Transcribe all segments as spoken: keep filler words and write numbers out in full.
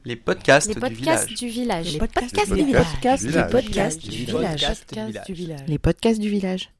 Les podcasts, Les du podcasts village. du village. Les podcasts Les du village. podcasts du Les village. podcasts Les du podcasts village. du village. Les podcasts du village.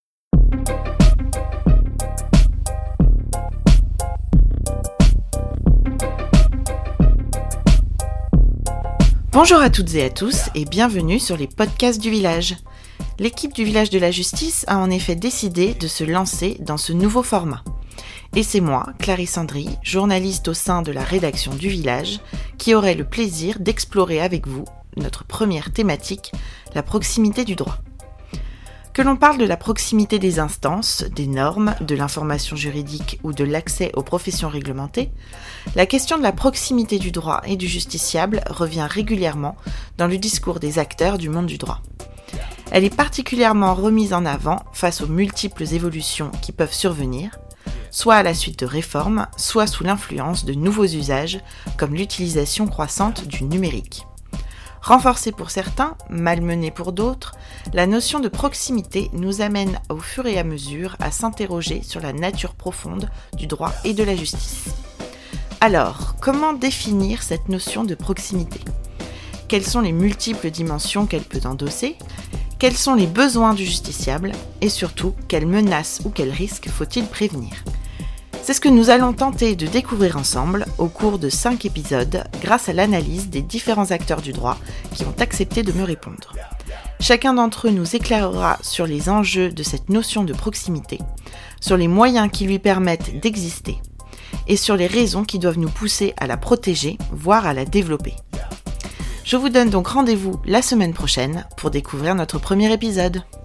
Bonjour à toutes et à tous et bienvenue sur les podcasts du village. L'équipe du village de la justice a en effet décidé de se lancer dans ce nouveau format. Et c'est moi, Clarisse Andry, journaliste au sein de la rédaction du village, qui aurai le plaisir d'explorer avec vous notre première thématique, la proximité du droit. Que l'on parle de la proximité des instances, des normes, de l'information juridique ou de l'accès aux professions réglementées, la question de la proximité du droit et du justiciable revient régulièrement dans le discours des acteurs du monde du droit. Elle est particulièrement remise en avant face aux multiples évolutions qui peuvent survenir, soit à la suite de réformes, soit sous l'influence de nouveaux usages, comme l'utilisation croissante du numérique. Renforcée pour certains, malmenée pour d'autres, la notion de proximité nous amène au fur et à mesure à s'interroger sur la nature profonde du droit et de la justice. Alors, comment définir cette notion de proximité ? Quelles sont les multiples dimensions qu'elle peut endosser ? Quels sont les besoins du justiciable ? Et surtout, quelles menaces ou quels risques faut-il prévenir ? C'est ce que nous allons tenter de découvrir ensemble au cours de cinq épisodes grâce à l'analyse des différents acteurs du droit qui ont accepté de me répondre. Chacun d'entre eux nous éclairera sur les enjeux de cette notion de proximité, sur les moyens qui lui permettent d'exister et sur les raisons qui doivent nous pousser à la protéger, voire à la développer. Je vous donne donc rendez-vous la semaine prochaine pour découvrir notre premier épisode.